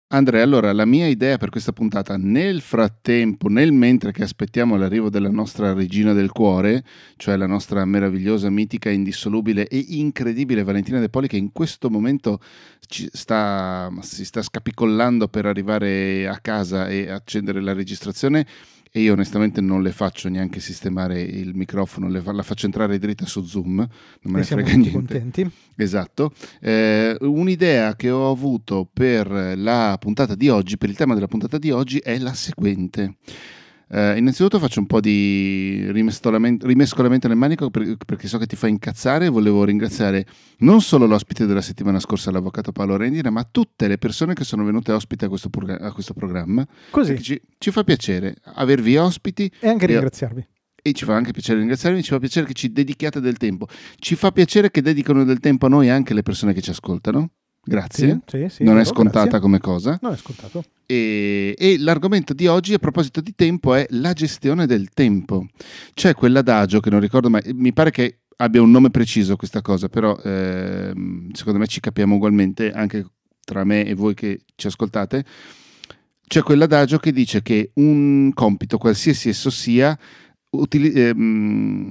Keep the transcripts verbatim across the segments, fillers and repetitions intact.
Andrea, allora la mia idea per questa puntata, nel frattempo, nel mentre che aspettiamo l'arrivo della nostra regina del cuore, cioè la nostra meravigliosa, mitica, indissolubile e incredibile Valentina De Poli, che in questo momento ci sta, si sta scapicollando per arrivare a casa e accendere la registrazione, e io onestamente non le faccio neanche sistemare il microfono, le fa- la faccio entrare dritta su Zoom, non me E ne siamo frega tutti niente. contenti. Esatto. Eh, un'idea che ho avuto per la puntata di oggi, per il tema della puntata di oggi, è la seguente. Eh, innanzitutto faccio un po' di rimescolamento, rimescolamento nel manico per- perché so che ti fa incazzare. Volevo ringraziare non solo l'ospite della settimana scorsa, l'avvocato Paolo Rendina, ma tutte le persone che sono venute ospite a questo, purga- a questo programma. Così. Perché ci, ci fa piacere avervi ospiti E anche e- ringraziarvi. e ci fa anche piacere ringraziarvi, ci fa piacere che ci dedichiate del tempo, ci fa piacere che dedicano del tempo a noi anche le persone che ci ascoltano. Grazie, Sì, sì, sì, non è vero, scontata grazie. come cosa. Non è scontato. E, e l'argomento di oggi a proposito di tempo è la gestione del tempo. C'è quell'adagio che non ricordo mai, mi pare che abbia un nome preciso questa cosa, però ehm, secondo me ci capiamo ugualmente anche tra me e voi che ci ascoltate. C'è quell'adagio che dice che un compito, qualsiasi esso sia, utili- ehm,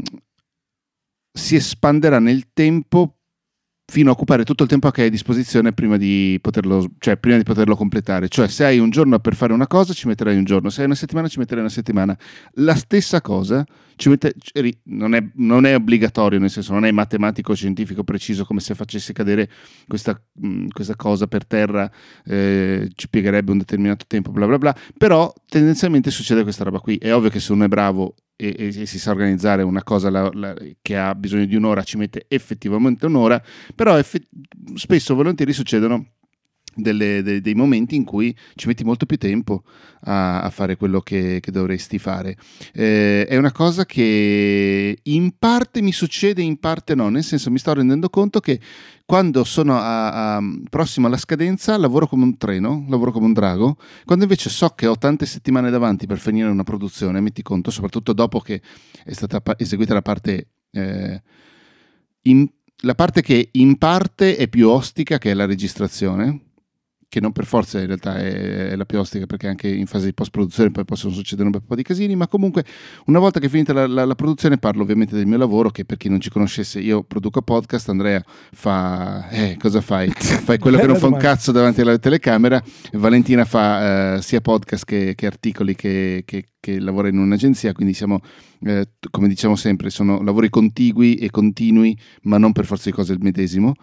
si espanderà nel tempo fino a occupare tutto il tempo che hai a disposizione prima di poterlo, cioè prima di poterlo completare. Cioè, se hai un giorno per fare una cosa, ci metterai un giorno; se hai una settimana, ci metterai una settimana. La stessa cosa ci mette, non, è, non è obbligatorio, nel senso non è matematico scientifico preciso, come se facessi cadere questa, mh, questa cosa per terra eh, ci piegherebbe un determinato tempo, bla bla bla. Però tendenzialmente succede questa roba qui. È ovvio che se uno è bravo e, e, e si sa organizzare una cosa la, la, che ha bisogno di un'ora, ci mette effettivamente un'ora. Però eff- spesso volentieri succedono delle, de, dei momenti in cui ci metti molto più tempo a, a fare quello che, che dovresti fare. Eh, è una cosa che in parte mi succede, in parte no, nel senso mi sto rendendo conto che quando sono a, a, prossimo alla scadenza lavoro come un treno, lavoro come un drago. Quando invece so che ho tante settimane davanti per finire una produzione, metti conto, soprattutto dopo che è stata eseguita la parte eh, in la parte che in parte è più ostica, che è la registrazione, che non per forza in realtà è, è la più ostica, perché anche in fase di post-produzione poi possono succedere un bel po' di casini, ma comunque una volta che è finita la, la, la produzione parlo ovviamente del mio lavoro, che per chi non ci conoscesse io produco podcast, Andrea fa... eh, cosa fai? Fai quello che non fa un cazzo davanti alla telecamera, Valentina fa eh, sia podcast che, che articoli, che, che, che lavora in un'agenzia, quindi siamo... Eh, come diciamo sempre, sono lavori contigui e continui, ma non per forza di cose il medesimo,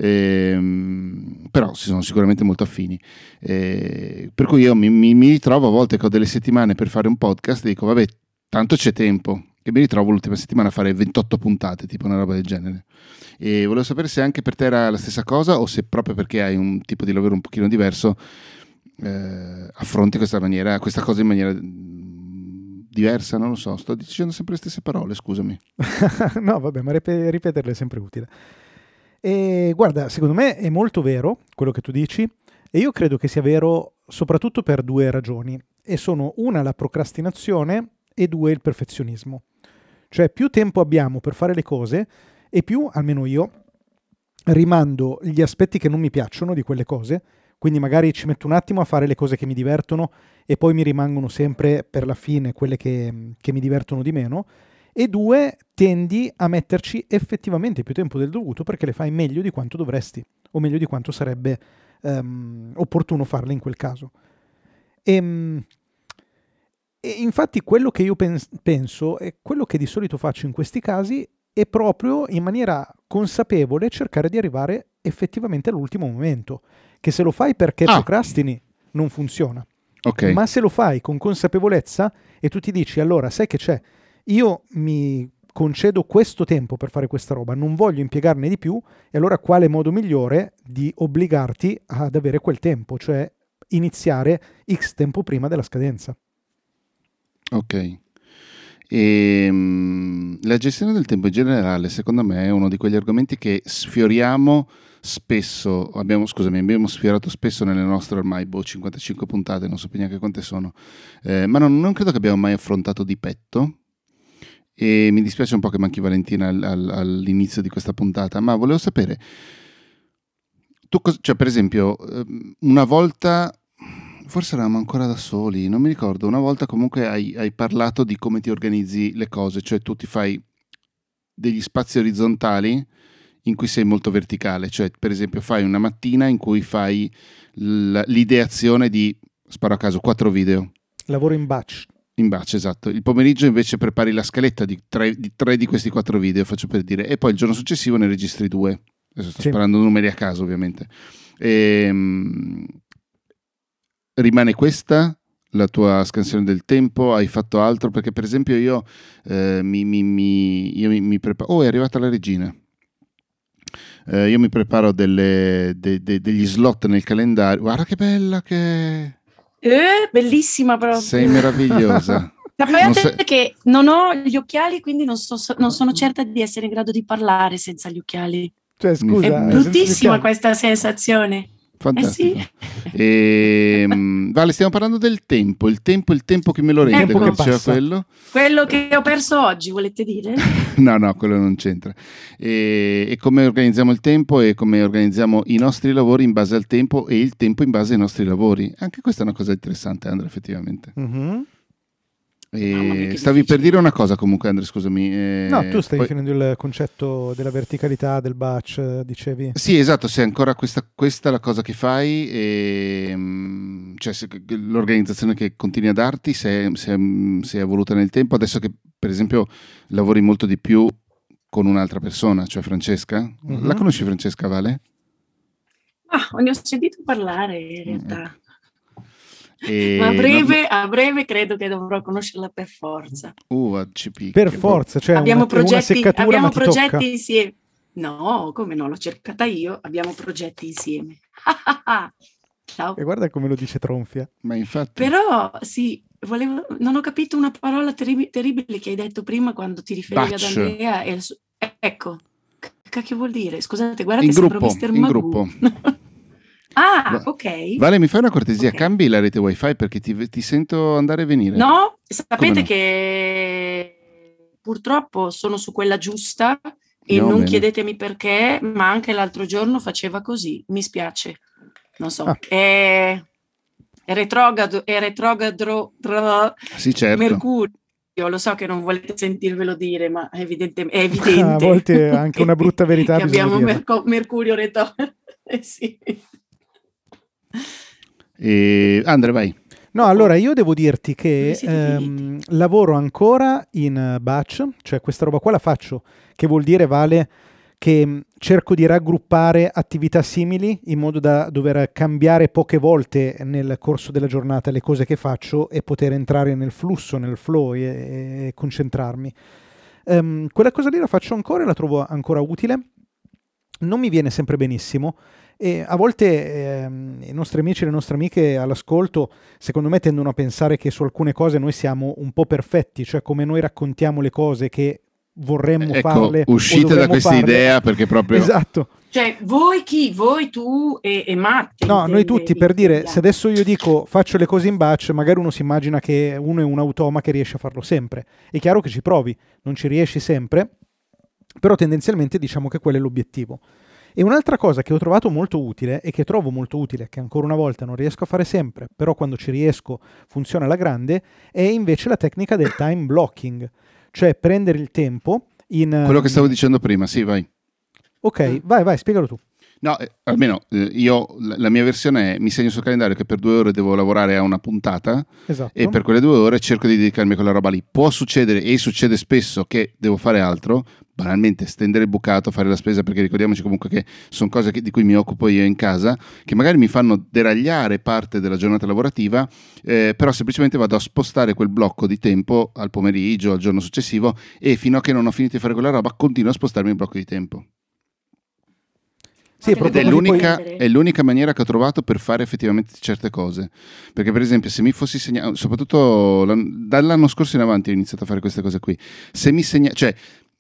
ehm, però si sono sicuramente molto affini. Eh, per cui io mi, mi, mi ritrovo a volte che ho delle settimane per fare un podcast e dico vabbè, tanto c'è tempo, e mi ritrovo l'ultima settimana a fare ventotto puntate, tipo una roba del genere. E volevo sapere se anche per te era la stessa cosa, o se proprio perché hai un tipo di lavoro un pochino diverso eh, affronti questa maniera, questa cosa in maniera diversa, non lo so, sto dicendo sempre le stesse parole, scusami. No, vabbè, ma rip- ripeterle è sempre utile. E guarda, secondo me è molto vero quello che tu dici, e io credo che sia vero soprattutto per due ragioni, e sono una la procrastinazione e due il perfezionismo. Cioè più tempo abbiamo per fare le cose e più, almeno io, rimando gli aspetti che non mi piacciono di quelle cose, quindi magari ci metto un attimo a fare le cose che mi divertono e poi mi rimangono sempre per la fine quelle che, che mi divertono di meno, e due, tendi a metterci effettivamente più tempo del dovuto perché le fai meglio di quanto dovresti, o meglio di quanto sarebbe um, opportuno farle in quel caso. E, e infatti quello che io pens- penso e quello che di solito faccio in questi casi è proprio in maniera consapevole cercare di arrivare effettivamente all'ultimo momento, che se lo fai perché ah. procrastini non funziona. Okay. Ma se lo fai con consapevolezza e tu ti dici allora sai che c'è, io mi concedo questo tempo per fare questa roba, non voglio impiegarne di più, e allora quale modo migliore di obbligarti ad avere quel tempo, cioè iniziare X tempo prima della scadenza. Ok. E, mh, la gestione del tempo in generale, secondo me, è uno di quegli argomenti che sfioriamo spesso. Abbiamo, scusami, abbiamo sfiorato spesso nelle nostre ormai boh, cinquantacinque puntate, non so più neanche quante sono, eh, ma non, non credo che abbiamo mai affrontato di petto. E mi dispiace un po' che manchi Valentina al, al, all'inizio di questa puntata, ma volevo sapere, tu, cos- cioè per esempio, una volta Forse eravamo ancora da soli, non mi ricordo. Una volta comunque hai, hai parlato di come ti organizzi le cose, cioè tu ti fai degli spazi orizzontali in cui sei molto verticale, cioè per esempio fai una mattina in cui fai l- l'ideazione di, sparo a caso, quattro video. Lavoro in batch. In batch, esatto. Il pomeriggio invece prepari la scaletta di tre di, tre di questi quattro video, faccio per dire, e poi il giorno successivo ne registri due. Adesso sto Sì. sparando numeri a caso, ovviamente. E, rimane questa la tua scansione del tempo? Hai fatto altro? Perché per esempio io eh, mi, mi, mi, io mi, mi preparo... Oh, è arrivata la regina. Eh, io mi preparo delle, de, de, degli slot nel calendario. Guarda che bella che... Eh, bellissima proprio. Sei meravigliosa. Sapete Non sei- che non ho gli occhiali, quindi non, so- non sono certa di essere in grado di parlare senza gli occhiali. Cioè, scusa, È Mm. bruttissima senza- questa sensazione. Fantastico. Eh E, mm, Vale, stiamo parlando del tempo. Il tempo, il tempo che me lo rende, tempo come che diceva passa. quello. Quello che ho perso oggi, volete dire? No, no, quello non c'entra. E, e come organizziamo il tempo e come organizziamo i nostri lavori in base al tempo e il tempo in base ai nostri lavori. Anche questa è una cosa interessante, Andrea, effettivamente. Mhm. E Mamma mia, che stavi per difficile. dire una cosa comunque, Andrea, scusami. eh, No, tu stai poi- finendo il concetto della verticalità, del batch, eh, dicevi. Sì, esatto, se è ancora questa, questa la cosa che fai, e, mm, cioè se- l'organizzazione che continui a darti, se, se, mm, se è evoluta nel tempo, adesso che per esempio lavori molto di più con un'altra persona, cioè Francesca. Mhm. La conosci Francesca, Vale? Ah, ne ho sentito parlare in realtà. E Ma a non- breve, a breve credo che dovrò conoscerla per forza. Uh, ci picchia. Per forza, cioè abbiamo una, è una progetti, seccatura, abbiamo ma ti progetti tocca. insieme. No, come no, l'ho cercata io, abbiamo progetti insieme. Ciao. E guarda come lo dice Tronfia. Ma infatti, Però sì, volevo, non ho capito una parola terri- terribile che hai detto prima quando ti riferivi Batch. ad Andrea. E il suo- eh, ecco, che cacchio vuol dire? Scusate, guarda in che sembro gruppo, mister in Magoo. gruppo. Ah, Va- ok. Vale, mi fai una cortesia, Ok. cambi la rete wifi perché ti, ti sento andare e venire. No, Come sapete no? che purtroppo sono su quella giusta e Andiamo non bene. chiedetemi perché, ma anche l'altro giorno faceva così. Mi spiace, non so. Ah. È, è retrogrado, è retrogrado tra Sì, certo. Mercurio. Lo so che non volete sentirvelo dire, ma è evidente. È evidente A volte anche una brutta verità che bisogna abbiamo dirla. Merco- Mercurio retrogrado. Eh sì. E... Andrea, vai. No, allora io devo dirti Dove che siete ehm, lavoro ancora in eh, batch, cioè questa roba qua la faccio, che vuol dire, Vale, che mh, cerco di raggruppare attività simili in modo da dover cambiare poche volte nel corso della giornata le cose che faccio e poter entrare nel flusso, nel flow e, e concentrarmi. Ehm, quella cosa lì la faccio ancora e la trovo ancora utile. Non mi viene sempre benissimo e a volte ehm, i nostri amici e le nostre amiche all'ascolto secondo me tendono a pensare che su alcune cose noi siamo un po' perfetti, cioè come noi raccontiamo le cose che vorremmo Ecco, farle o uscite da dovremmo questa farle. idea perché proprio... Esatto. Cioè, voi chi? Voi, tu e, e Matte? No, noi tutti, per dire, intendevi. se adesso io dico faccio le cose in batch, magari uno si immagina che uno è un automa che riesce a farlo sempre. È chiaro che ci provi, non ci riesci sempre, però tendenzialmente diciamo che quello è l'obiettivo. E un'altra cosa che ho trovato molto utile e che trovo molto utile, che ancora una volta non riesco a fare sempre, però quando ci riesco funziona alla grande, è invece la tecnica del time blocking, cioè prendere il tempo in... Quello che stavo dicendo prima, sì, vai. Ok, vai, vai, spiegalo tu. No, eh, almeno eh, io, la, la mia versione è mi segno sul calendario che per due ore devo lavorare a una puntata Esatto. e per quelle due ore cerco di dedicarmi a quella roba lì. Può succedere, e succede spesso, che devo fare altro, banalmente stendere il bucato, fare la spesa, perché ricordiamoci comunque che sono cose che- di cui mi occupo io in casa, che magari mi fanno deragliare parte della giornata lavorativa, eh, però semplicemente vado a spostare quel blocco di tempo al pomeriggio, al giorno successivo, e fino a che non ho finito di fare quella roba continuo a spostarmi il blocco di tempo. Sì, è Ed proprio è così, l'unica, poi- è l'unica maniera che ho trovato per fare effettivamente certe cose. Perché, per esempio, se mi fossi segnato, soprattutto l'an- dall'anno scorso in avanti ho iniziato a fare queste cose qui. Se mi segna, cioè,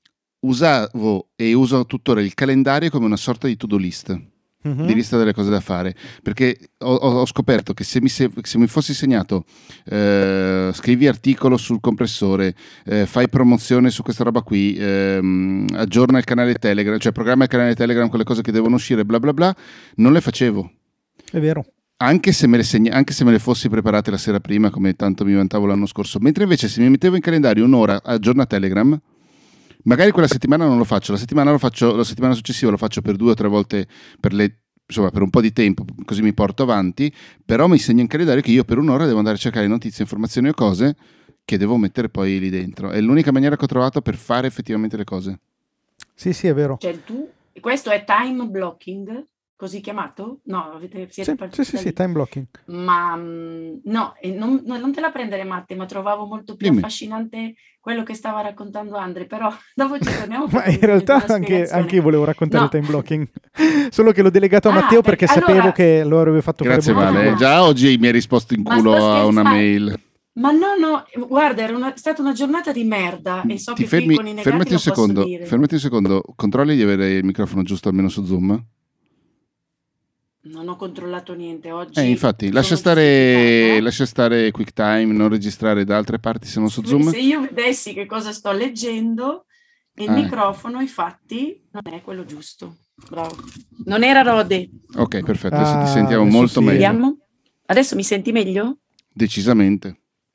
usavo e uso tuttora il calendario come una sorta di to-do list, Mhm. di lista delle cose da fare. Perché ho, ho- ho scoperto che se mi, se, se mi fossi segnato, eh, scrivi articolo sul compressore, eh, fai promozione su questa roba qui, ehm, aggiorna il canale Telegram, cioè programma il canale Telegram con le cose che devono uscire, bla bla bla, non le facevo. È vero. anche se me le segna- anche se me le fossi preparate la sera prima, come tanto mi vantavo l'anno scorso, mentre invece se mi mettevo in calendario un'ora a giorno a Telegram, magari quella settimana non lo faccio, la settimana, lo faccio, la settimana successiva lo faccio per due o tre volte per le insomma per un po' di tempo, così mi porto avanti, però mi segno in calendario che io per un'ora devo andare a cercare notizie, informazioni o cose che devo mettere poi lì dentro. È l'unica maniera che ho trovato per fare effettivamente le cose. Sì, sì, è vero. Cioè tu, questo è time blocking, così chiamato? No, avete, siete Sì, partiti sì, sì, da sì, lì. time blocking. Ma mh, no, e non, no, non te la prendere Matte, ma trovavo molto più Dimmi. affascinante quello che stava raccontando Andre, però dopo ci torniamo Ma per in realtà una anche, spiegazione. anche io volevo raccontare No. il time blocking, solo che l'ho delegato a Ah, Matteo perché- perché sapevo allora- che lo avrebbe fatto Grazie fare molto Vale, Ah. meglio. già oggi mi hai risposto in Ma culo sto a una scherzando. mail. Ma no, no, guarda, era una- è stata una giornata di merda e so Ti che qui fermi, con i negati fermati lo un secondo, posso dire. fermati un secondo, controlli di avere il microfono giusto almeno su Zoom? Non ho controllato niente oggi. Eh, infatti, sono lascia stare, giustificata. lascia stare QuickTime, non registrare da altre parti se non su Zoom. Se io vedessi che cosa sto leggendo, il Ah. microfono, infatti, non è quello giusto. Bravo. Non era Rode. Ok, perfetto, adesso Ah, ti sentiamo adesso molto sì. meglio. Vediamo. Adesso mi senti meglio? Decisamente.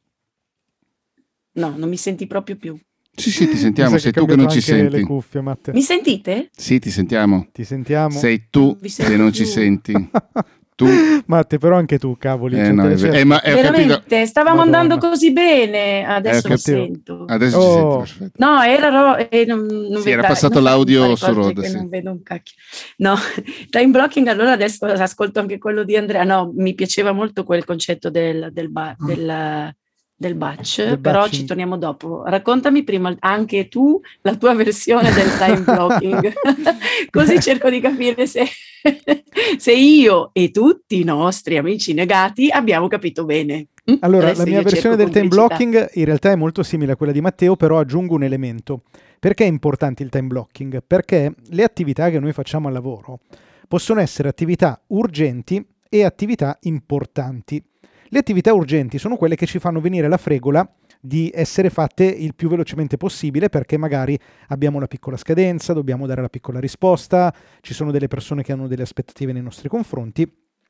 No, non mi senti proprio più. Sì, sì, ti Mi sentiamo, sa sei che tu che hai non ci cambiato anche senti. le cuffie, Matte. Mi sentite? Sì, ti sentiamo. Ti sentiamo? Sei tu Non vi sento che non più. ci senti. Tu. Matte, però anche tu, cavoli. Eh, cioè, no, te è le vero. cerchi. Eh, ma eh, ho Veramente, capito. stavamo Madonna. andando così bene. Eh, Adesso ho mi capito. sento. Adesso ci Oh. senti, perfetto. No, era ro- e non, non Sì, era dai, passato non fatemi l'audio fare su cose Rode, che sì. non vedo un cacchio. No, time blocking, allora adesso ascolto anche quello di Andrea. No, mi piaceva molto quel concetto del, del, ba- del, del batch, Del però batching. ci torniamo dopo. Raccontami prima anche tu la tua versione del time blocking, così cerco di capire se, se io e tutti i nostri amici negati abbiamo capito bene. Allora, Adesso la mia io versione cerco del time complicità. blocking in realtà è molto simile a quella di Matteo, però aggiungo un elemento. Perché è importante il time blocking? Perché le attività che noi facciamo al lavoro possono essere attività urgenti e attività importanti. Le attività urgenti sono quelle che ci fanno venire la fregola di essere fatte il più velocemente possibile perché magari abbiamo una piccola scadenza, dobbiamo dare la piccola risposta, ci sono delle persone che hanno delle aspettative nei nostri confronti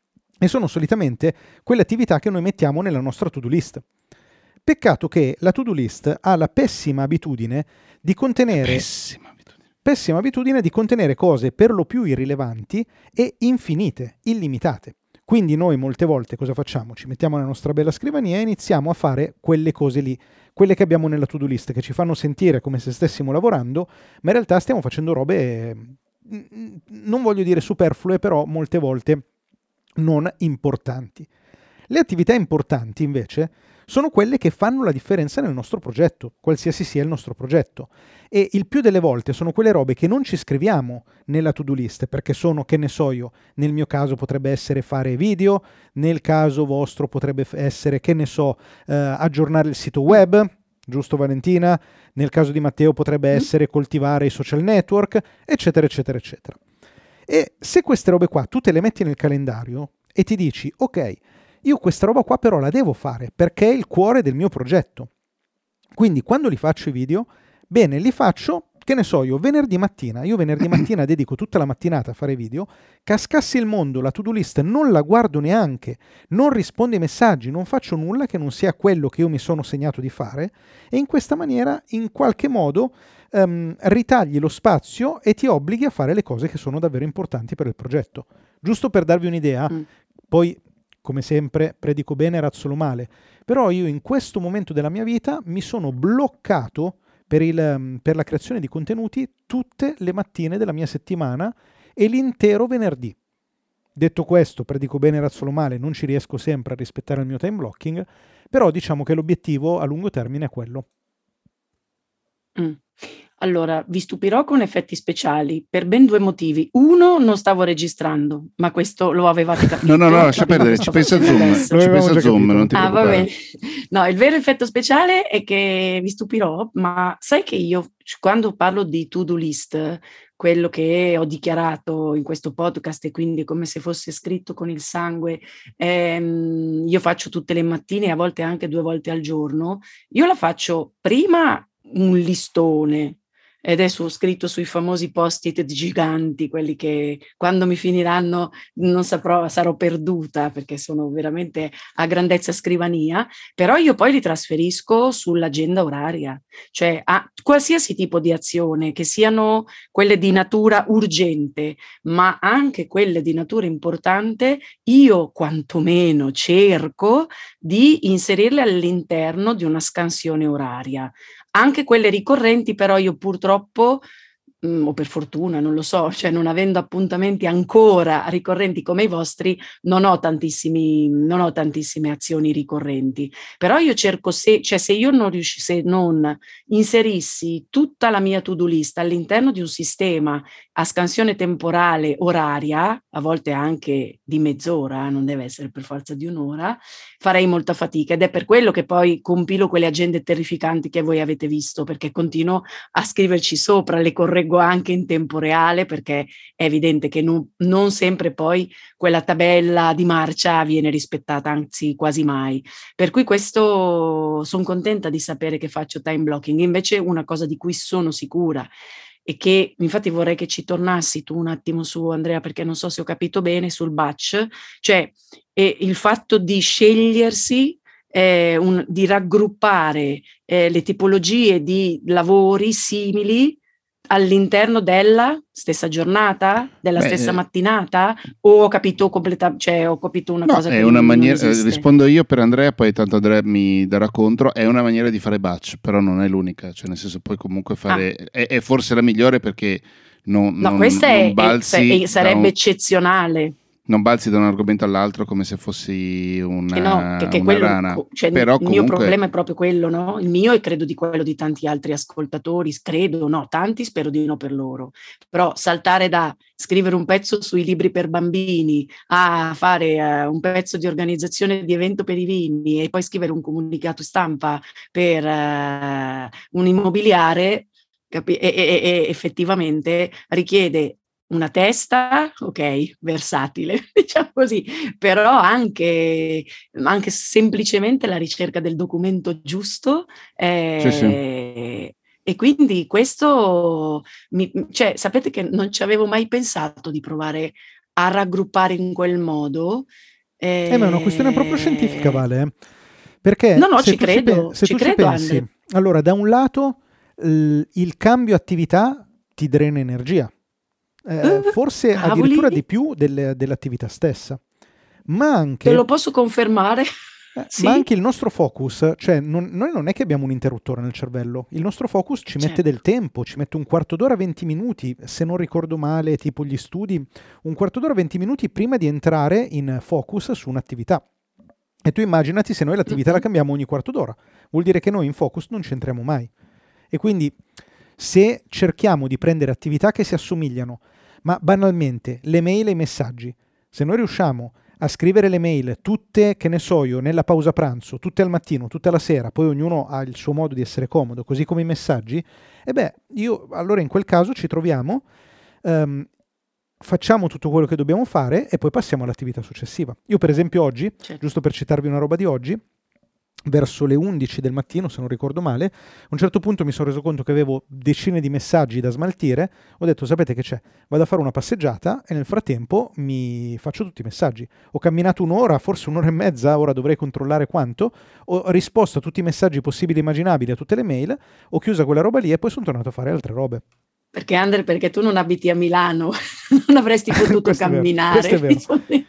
e sono solitamente quelle attività che noi mettiamo nella nostra to-do list. Peccato che la to-do list ha la pessima abitudine di contenere Pessima abitudine. pessima abitudine di contenere cose per lo più irrilevanti e infinite, illimitate. Quindi noi molte volte cosa facciamo? Ci mettiamo nella nostra bella scrivania e iniziamo a fare quelle cose lì, quelle che abbiamo nella to-do list, che ci fanno sentire come se stessimo lavorando, ma in realtà stiamo facendo robe, mm, non voglio dire superflue, però molte volte non importanti. Le attività importanti invece sono quelle che fanno la differenza nel nostro progetto, qualsiasi sia il nostro progetto. E il più delle volte sono quelle robe che non ci scriviamo nella to-do list, perché sono, che ne so io, nel mio caso potrebbe essere fare video, nel caso vostro potrebbe essere, che ne so, eh, aggiornare il sito web, giusto Valentina? Nel caso di Matteo potrebbe essere coltivare i social network, eccetera, eccetera, eccetera. E se queste robe qua tu te le metti nel calendario e ti dici, ok, io questa roba qua però la devo fare perché è il cuore del mio progetto. Quindi quando li faccio i video, bene, li faccio, che ne so io, venerdì mattina. Io venerdì mattina dedico tutta la mattinata a fare video, cascassi il mondo, la to-do list non la guardo neanche, non rispondo ai messaggi, non faccio nulla che non sia quello che io mi sono segnato di fare e in questa maniera in qualche modo um, ritagli lo spazio e ti obblighi a fare le cose che sono davvero importanti per il progetto. Giusto per darvi un'idea, Mm. poi come sempre predico bene e razzolo male, però io in questo momento della mia vita mi sono bloccato per, il, per la creazione di contenuti tutte le mattine della mia settimana e l'intero venerdì. Detto questo, predico bene e razzolo male, non ci riesco sempre a rispettare il mio time blocking, però diciamo che l'obiettivo a lungo termine è quello. Mm. Allora, vi stupirò con effetti speciali per ben due motivi. Uno, non stavo registrando, ma questo lo avevate capito. No, no, no, lascia Prima perdere, lo ci sto pensa facendo Zoom, adesso. Lo ci avevamo pensa già Zoom, capito. non ti Ah, va preoccupare. bene. No, il vero effetto speciale è che vi stupirò, ma sai che io quando parlo di to-do list, quello che ho dichiarato in questo podcast e quindi è come se fosse scritto con il sangue, ehm, io faccio tutte le mattine, a volte anche due volte al giorno, io la faccio prima un listone, ed è su, scritto sui famosi post-it giganti, quelli che quando mi finiranno non saprò, sarò perduta perché sono veramente a grandezza scrivania, però io poi li trasferisco sull'agenda oraria, cioè a qualsiasi tipo di azione, che siano quelle di natura urgente, ma anche quelle di natura importante, io quantomeno cerco di inserirle all'interno di una scansione oraria. Anche quelle ricorrenti, però io purtroppo, mh, o per fortuna, non lo so, cioè non avendo appuntamenti ancora ricorrenti come i vostri, non ho tantissimi, non ho tantissime azioni ricorrenti. Però io cerco, se, cioè se io non riuscissi, se non inserissi tutta la mia to-do list all'interno di un sistema a scansione temporale oraria, a volte anche di mezz'ora, non deve essere per forza di un'ora, farei molta fatica, ed è per quello che poi compilo quelle agende terrificanti che voi avete visto, perché continuo a scriverci sopra, le correggo anche in tempo reale, perché è evidente che non, non sempre poi quella tabella di marcia viene rispettata, anzi quasi mai. Per cui questo, sono contenta di sapere che faccio time blocking. Invece una cosa di cui sono sicura, e che infatti vorrei che ci tornassi tu un attimo su, Andrea, perché non so se ho capito bene, sul batch, cioè eh, il fatto di scegliersi, eh, un, di raggruppare eh, le tipologie di lavori simili all'interno della stessa giornata, della Beh, stessa eh, mattinata, o ho capito completa, cioè ho capito una no, cosa è che una non, non maniera, eh, esiste. rispondo io per Andrea, poi tanto Andrea mi darà contro, è una maniera di fare batch, però non è l'unica, cioè nel senso puoi comunque fare, Ah, è, è forse la migliore perché non, no, non- questa non è, è- sa- balzi è- da sarebbe un, eccezionale. non balzi da un argomento all'altro come se fossi Che no, che, una, che una quello, rana, cioè però il mio comunque problema è proprio quello, no? Il mio e credo di quello di tanti altri ascoltatori, credo, no, tanti spero di no per loro, però saltare da scrivere un pezzo sui libri per bambini a fare eh, un pezzo di organizzazione di evento per i vini e poi scrivere un comunicato stampa per eh, un immobiliare, capi- e, e- e effettivamente richiede una testa, ok, versatile, diciamo così, però anche, anche semplicemente la ricerca del documento giusto. sì, sì. eh, e quindi questo, mi, cioè, sapete che non ci avevo mai pensato di provare a raggruppare in quel modo. Eh, ma è una questione proprio scientifica, eh, Vale, eh. Perché no, no, se ci tu ci, pe- credo, se ci tu ci credo, pensi, Andre. allora da un lato l- il cambio attività ti drena energia, eh, Uh, forse cavoli, addirittura di più delle- dell'attività stessa, ma te lo anche, posso confermare? eh, ma Sì, anche il nostro focus, cioè non- noi non è che abbiamo un interruttore nel cervello, il nostro focus ci mette del certo. tempo, ci mette un quarto d'ora, venti minuti, se non ricordo male, tipo gli studi, un quarto d'ora, venti minuti prima di entrare in focus su un'attività. E tu immaginati se noi l'attività la Mm-mm. cambiamo ogni quarto d'ora, vuol dire che noi in focus non ci entriamo mai. E quindi se cerchiamo di prendere attività che si assomigliano, ma banalmente le mail e i messaggi, se noi riusciamo a scrivere le mail tutte, che ne so io, nella pausa pranzo, tutte al mattino, tutte alla sera, poi ognuno ha il suo modo di essere comodo, così come i messaggi, e beh, io allora in quel caso ci troviamo, ehm, facciamo tutto quello che dobbiamo fare e poi passiamo all'attività successiva. Io per esempio oggi, Certo. giusto per citarvi una roba di oggi, verso le undici del mattino, se non ricordo male, a un certo punto mi sono reso conto che avevo decine di messaggi da smaltire, ho detto sapete che c'è, vado a fare una passeggiata e nel frattempo mi faccio tutti i messaggi. Ho camminato un'ora, forse un'ora e mezza, ora dovrei controllare quanto, ho risposto a tutti i messaggi possibili e immaginabili, a tutte le mail, ho chiuso quella roba lì e poi sono tornato a fare altre robe. Perché Andre, perché tu non abiti a Milano, non avresti potuto Questo è vero, camminare. questo è vero.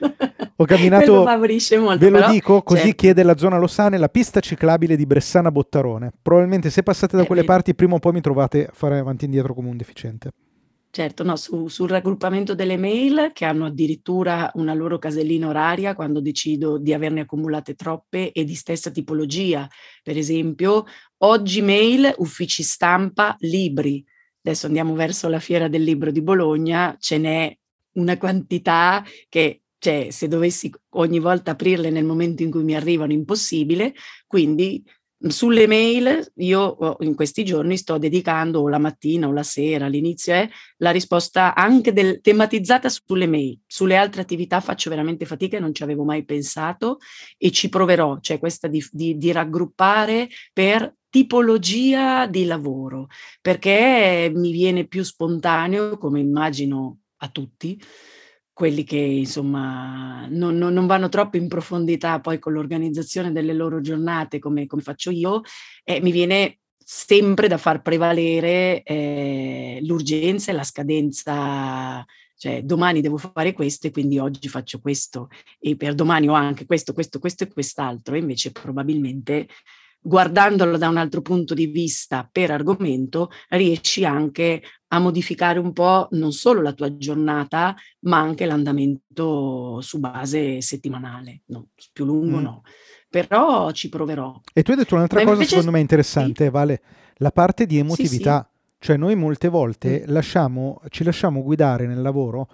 Ho Quello camminato, favorisce molto, ve lo però, dico, così certo, chiede la zona Lossane, la pista ciclabile di Bressana Bottarone. Probabilmente se passate da eh, quelle vedi, parti prima o poi mi trovate a fare avanti e indietro come un deficiente. certo, no, su- sul raggruppamento delle mail, che hanno addirittura una loro casellina oraria quando decido di averne accumulate troppe e di stessa tipologia. Per esempio, oggi mail, uffici stampa, libri. Adesso andiamo verso la Fiera del Libro di Bologna, ce n'è una quantità che, cioè, se dovessi ogni volta aprirle nel momento in cui mi arrivano, impossibile. Quindi Sulle mail io in questi giorni sto dedicando, o la mattina o la sera, all'inizio è la risposta anche del, tematizzata sulle mail. Sulle altre attività faccio veramente fatica e non ci avevo mai pensato e ci proverò, cioè questa di, di, di raggruppare per tipologia di lavoro, perché mi viene più spontaneo, come immagino a tutti, quelli che insomma non, non, non vanno troppo in profondità poi con l'organizzazione delle loro giornate come, come faccio io, eh, mi viene sempre da far prevalere eh, l'urgenza e la scadenza, cioè domani devo fare questo e quindi oggi faccio questo e per domani ho anche questo, questo, questo e quest'altro, e invece probabilmente guardandolo da un altro punto di vista per argomento riesci anche a modificare un po' non solo la tua giornata, ma anche l'andamento su base settimanale, no, più lungo mm. no, però ci proverò. E tu hai detto un'altra ma cosa invece, secondo me interessante, sì. Vale, la parte di emotività, sì, sì. Cioè noi molte volte mm. lasciamo, ci lasciamo guidare nel lavoro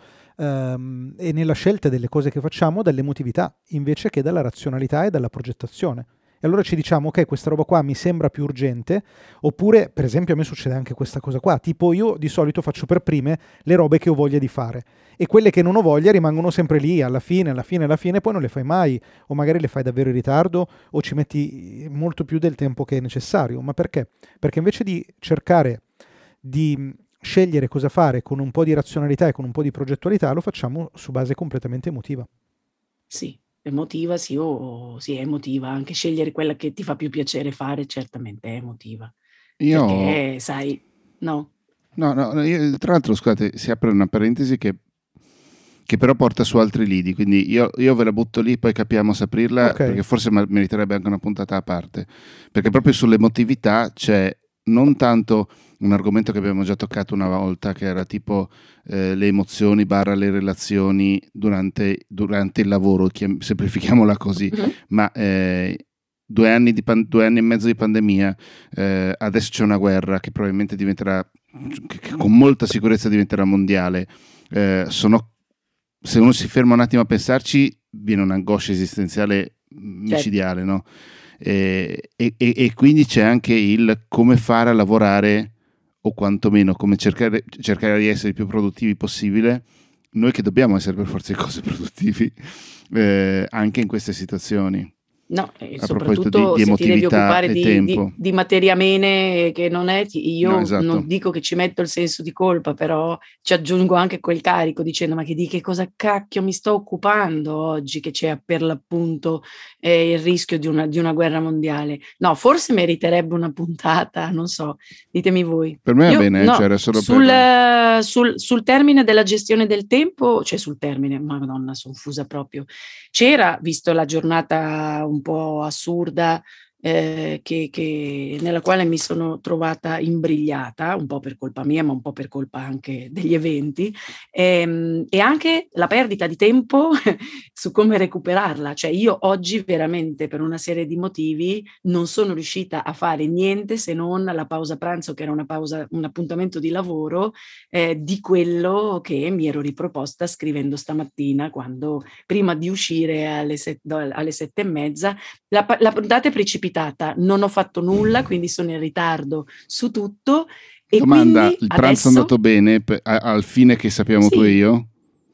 um, e nella scelta delle cose che facciamo dall'emotività invece che dalla razionalità e dalla progettazione. E allora ci diciamo, ok, questa roba qua mi sembra più urgente, oppure, per esempio, a me succede anche questa cosa qua, tipo io di solito faccio per prime le robe che ho voglia di fare, e quelle che non ho voglia rimangono sempre lì, alla fine, alla fine, alla fine, poi non le fai mai, o magari le fai davvero in ritardo, o ci metti molto più del tempo che è necessario. Ma perché? Perché invece di cercare di scegliere cosa fare con un po' di razionalità e con un po' di progettualità, lo facciamo su base completamente emotiva. Sì. Emotiva, sì, o sì, è emotiva, anche scegliere quella che ti fa più piacere fare, certamente è emotiva. Io... Perché, sai, no. No, no, io, tra l'altro, scusate, si apre una parentesi che, che però porta su altri lidi, quindi io, io ve la butto lì, poi capiamo se aprirla, okay. Perché forse meriterebbe anche una puntata a parte, perché proprio sull'emotività c'è non tanto un argomento che abbiamo già toccato una volta, che era tipo eh, le emozioni barra le relazioni durante, durante il lavoro, chiam- semplifichiamola così, mm-hmm. ma eh, due, anni di pan- due anni e mezzo di pandemia, eh, adesso c'è una guerra che probabilmente diventerà, che, che con molta sicurezza diventerà mondiale, eh, sono, se uno si ferma un attimo a pensarci, viene un'angoscia esistenziale micidiale, certo. No? E, e, e quindi c'è anche il come fare a lavorare, o quantomeno come cercare, cercare di essere il più produttivi possibile, noi che dobbiamo essere per forza di cose produttivi eh, anche in queste situazioni. No, e a soprattutto di, di se ti devi occupare di, di, di materia mene che non è, io no, esatto. Non dico che ci metto il senso di colpa, però ci aggiungo anche quel carico dicendo ma che di che cosa cacchio mi sto occupando oggi che c'è per l'appunto eh, il rischio di una, di una guerra mondiale. No, forse meriterebbe una puntata, non so, ditemi voi. Per me va bene, no, cioè solo sul, per... sul, sul termine della gestione del tempo, cioè sul termine, madonna, sono fusa proprio, c'era, visto la giornata un un po' assurda eh, che, che, nella quale mi sono trovata imbrigliata, un po' per colpa mia ma un po' per colpa anche degli eventi, ehm, e anche la perdita di tempo su come recuperarla. Cioè io oggi veramente per una serie di motivi non sono riuscita a fare niente se non la pausa pranzo, che era una pausa, un appuntamento di lavoro eh, di quello che mi ero riproposta scrivendo stamattina, quando prima di uscire alle, set, alle sette e mezza la, la puntata è precipitata. Non ho fatto nulla, quindi sono in ritardo su tutto. E domanda, quindi il pranzo adesso... è andato bene per, a, al fine che sappiamo sì. Tu e io?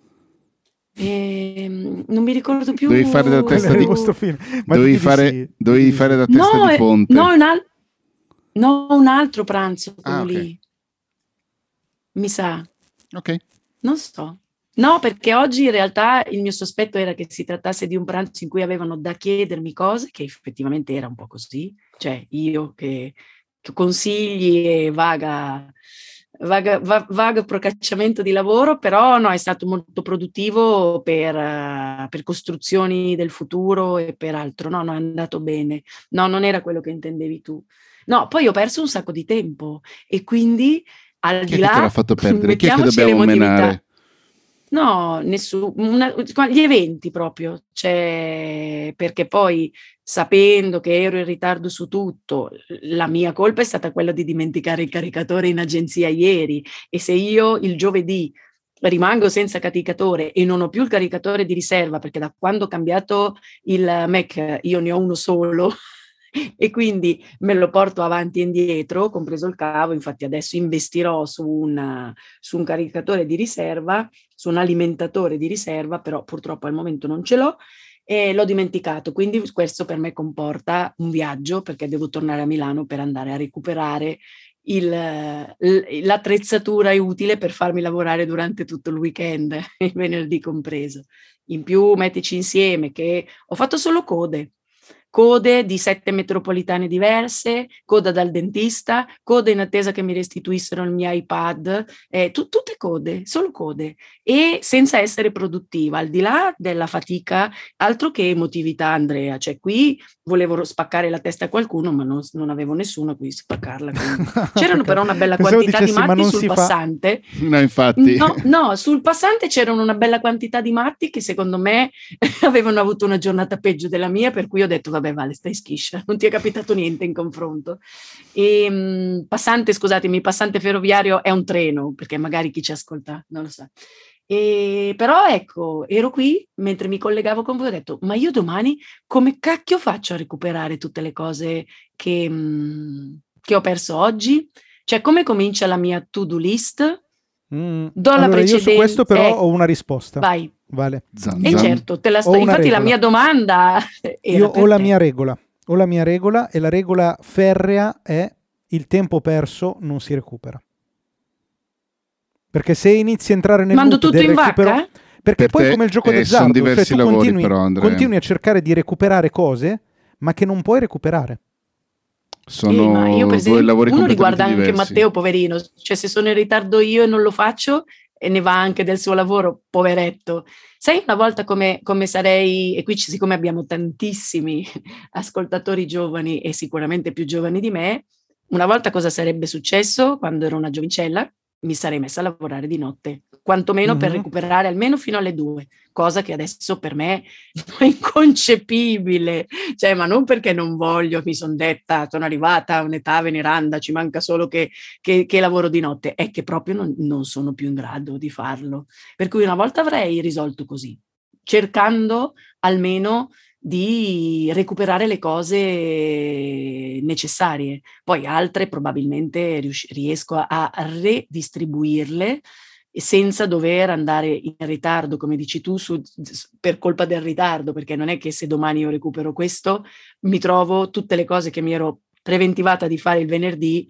Eh, non mi ricordo più. Dovevi fare da testa di dovevi fare, sì. dovevi fare da testa no, di ponte. No, un, al... no, un altro pranzo ah, lì. Okay. Mi sa. Ok. Non so. No, perché oggi in realtà il mio sospetto era che si trattasse di un pranzo in cui avevano da chiedermi cose, che effettivamente era un po' così, cioè io che, che consigli e vaga, vaga, va, vago procacciamento di lavoro, però no, è stato molto produttivo per, uh, per costruzioni del futuro e per altro. No, no, è andato bene. No, non era quello che intendevi tu. No, poi ho perso un sacco di tempo e quindi al Chi di là... Chi te l'ha fatto perdere? Chi è che dobbiamo menare? No, nessuno, una, gli eventi proprio, cioè, perché poi sapendo che ero in ritardo su tutto, la mia colpa è stata quella di dimenticare il caricatore in agenzia ieri, e se io il giovedì rimango senza caricatore e non ho più il caricatore di riserva, perché da quando ho cambiato il Mac io ne ho uno solo e quindi me lo porto avanti e indietro, compreso il cavo. Infatti adesso investirò su, una, su un caricatore di riserva, su un alimentatore di riserva, però purtroppo al momento non ce l'ho e l'ho dimenticato, quindi questo per me comporta un viaggio, perché devo tornare a Milano per andare a recuperare il, l'attrezzatura utile per farmi lavorare durante tutto il weekend, il venerdì compreso. In più mettici insieme che ho fatto solo code, code di sette metropolitane diverse, coda dal dentista, code in attesa che mi restituissero il mio iPad, eh, tu, tutte code, solo code, e senza essere produttiva, al di là della fatica, altro che emotività, Andrea. Cioè qui volevo spaccare la testa a qualcuno, ma non, non avevo nessuno a cui spaccarla. C'erano però una bella Pensavo quantità dicessi, di ma matti non sul si fa. passante. No, infatti. No, no, sul passante c'erano una bella quantità di matti che secondo me avevano avuto una giornata peggio della mia, per cui ho detto vabbè Vale, stai schiscia, non ti è capitato niente in confronto. E, mh, passante, scusatemi, passante ferroviario è un treno, perché magari chi ci ascolta non lo sa. E, però ecco, ero qui mentre mi collegavo con voi, ho detto ma io domani come cacchio faccio a recuperare tutte le cose che, mh, che ho perso oggi? Cioè come comincia la mia to-do list? Mm. Do la Allora, precedente. io su questo però eh, ho una risposta. Vai. Vale. Zan, E zan. certo, te la sto... Ho una infatti la regola. mia domanda era Io per ho la te. mia regola. Ho la mia regola e la regola ferrea è: il tempo perso non si recupera. Perché se inizi a entrare nel Mando loop tutto del in recupero, vacca? perché Per poi te, come il gioco eh, d'azzardo, sono diversi cioè tu lavori, continui, però, Andrea. continui a cercare di recuperare cose, ma che non puoi recuperare. Sono Eh, ma io per due esempio, lavori uno completamente riguarda anche diversi. Matteo, poverino, cioè se sono in ritardo io e non lo faccio, e ne va anche del suo lavoro, poveretto. Sai una volta come, come sarei, e qui siccome abbiamo tantissimi ascoltatori giovani e sicuramente più giovani di me, una volta cosa sarebbe successo quando ero una giovincella? Mi sarei messa a lavorare di notte, quantomeno Mhm. per recuperare almeno fino alle due, cosa che adesso per me è inconcepibile. Cioè, ma non perché non voglio, mi sono detta, sono arrivata a un'età veneranda, ci manca solo che, che, che lavoro di notte, è che proprio non, non sono più in grado di farlo. Per cui una volta avrei risolto così, cercando almeno di recuperare le cose necessarie. Poi altre probabilmente rius- riesco a, a redistribuirle senza dover andare in ritardo, come dici tu, su, per colpa del ritardo, perché non è che se domani io recupero questo, mi trovo tutte le cose che mi ero preventivata di fare il venerdì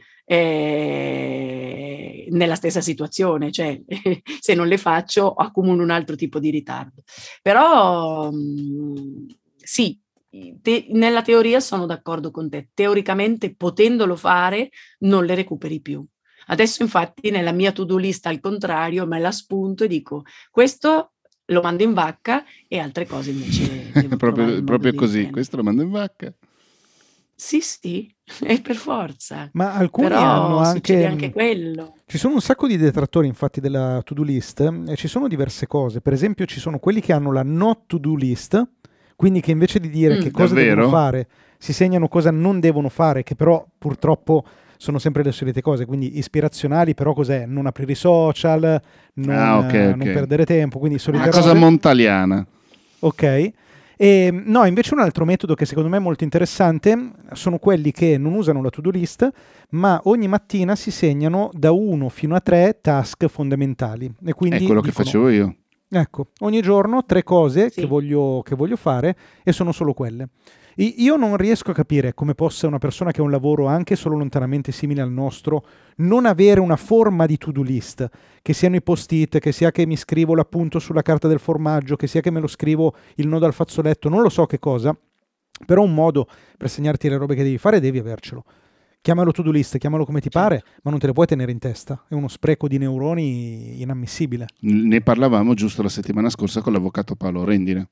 eh, nella stessa situazione, cioè se non le faccio accumulo un altro tipo di ritardo. Però mh, sì, te, nella teoria sono d'accordo con te, teoricamente potendolo fare non le recuperi più. Adesso infatti nella mia to-do list al contrario me la spunto e dico questo lo mando in vacca e altre cose invece devo proprio proprio così, riprendere. questo lo mando in vacca. Sì, sì, è per forza. Ma alcuni Però hanno succede anche... anche quello. Ci sono un sacco di detrattori infatti della to-do list e ci sono diverse cose. Per esempio ci sono quelli che hanno la not to-do list, quindi che invece di dire Mm. che cosa Davvero? devono fare, si segnano cosa non devono fare, che però purtroppo sono sempre le solite cose, quindi ispirazionali, però cos'è? Non aprire i social, non, Ah, ok, eh, ok. non perdere tempo, quindi solite Una cosa robe. montaliana. Ok. E, no, invece un altro metodo che secondo me è molto interessante sono quelli che non usano la to-do list, ma ogni mattina si segnano da uno fino a tre task fondamentali. E quindi È quello che dicono, facevo io. ecco, ogni giorno tre cose Sì. che, voglio, che voglio fare e sono solo quelle. I- Io non riesco a capire come possa una persona che ha un lavoro anche solo lontanamente simile al nostro non avere una forma di to-do list, che siano i post-it, che sia che mi scrivo l'appunto sulla carta del formaggio, che sia che me lo scrivo il nodo al fazzoletto, non lo so che cosa, però un modo per segnarti le robe che devi fare devi avercelo. Chiamalo to-do list, chiamalo come ti pare, ma non te le puoi tenere in testa. È uno spreco di neuroni inammissibile. Ne parlavamo giusto la settimana scorsa con l'avvocato Paolo Rendine.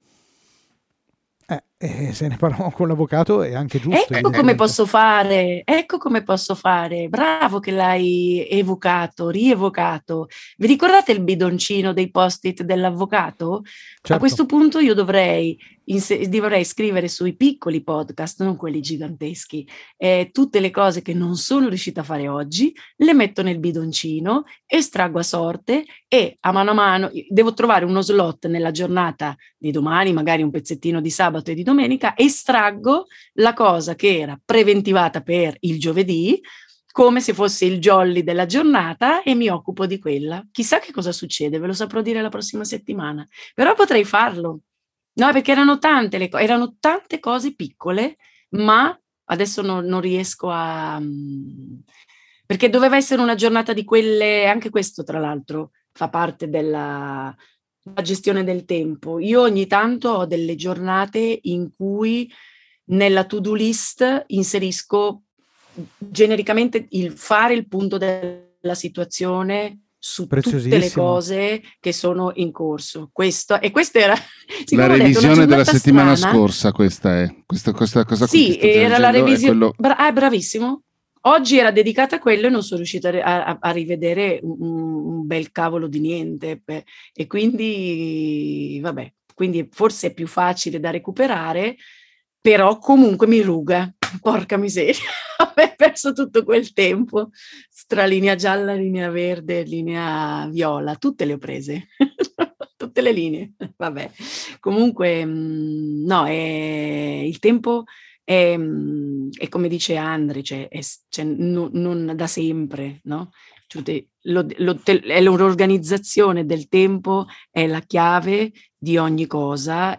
Eh, eh, se ne parlavamo con l'avvocato è anche giusto. Ecco come evidentemente. posso fare, ecco come posso fare. Bravo che l'hai evocato, rievocato. Vi ricordate il bidoncino dei post-it dell'avvocato? Certo. A questo punto io dovrei, inse- dovrei scrivere sui piccoli podcast, non quelli giganteschi, eh, tutte le cose che non sono riuscita a fare oggi, le metto nel bidoncino, estraggo a sorte e a mano a mano devo trovare uno slot nella giornata di domani, magari un pezzettino di sabato e di domenica, domenica, estraggo la cosa che era preventivata per il giovedì, come se fosse il jolly della giornata, e mi occupo di quella. Chissà che cosa succede, ve lo saprò dire la prossima settimana, però potrei farlo. No, perché erano tante le co- erano tante cose piccole, ma adesso non, non riesco a... perché doveva essere una giornata di quelle, anche questo tra l'altro fa parte della la gestione del tempo. Io ogni tanto ho delle giornate in cui nella to-do list inserisco genericamente il fare il punto della situazione su tutte le cose che sono in corso. Questo, e questa era la revisione della settimana strana. Scorsa, questa è questa, questa cosa qui. Sì, era la revisione. Quello... Bra- ah, bravissimo. Oggi era dedicata a quello e non sono riuscita a, a, a rivedere un, un bel cavolo di niente. Beh, e quindi, vabbè, quindi forse è più facile da recuperare, però comunque mi ruga. Porca miseria, ho perso tutto quel tempo tra linea gialla, linea verde, linea viola, tutte le ho prese, tutte le linee, vabbè. Comunque, no, è, il tempo è, è come dice Andre, cioè, è, cioè, non, non da sempre, no? Cioè, lo, lo, è l'organizzazione del tempo, è la chiave di ogni cosa,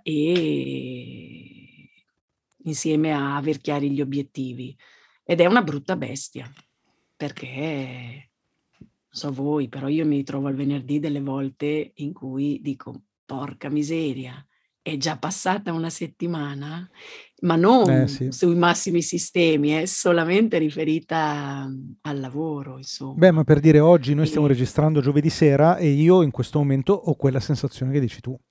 e insieme a aver chiari gli obiettivi, ed è una brutta bestia, perché non so voi, però io mi trovo al venerdì delle volte in cui dico porca miseria, è già passata una settimana, ma non eh, sì. sui massimi sistemi, è solamente riferita al lavoro, insomma. Beh, ma per dire, oggi noi stiamo e... registrando giovedì sera e io in questo momento ho quella sensazione che dici tu.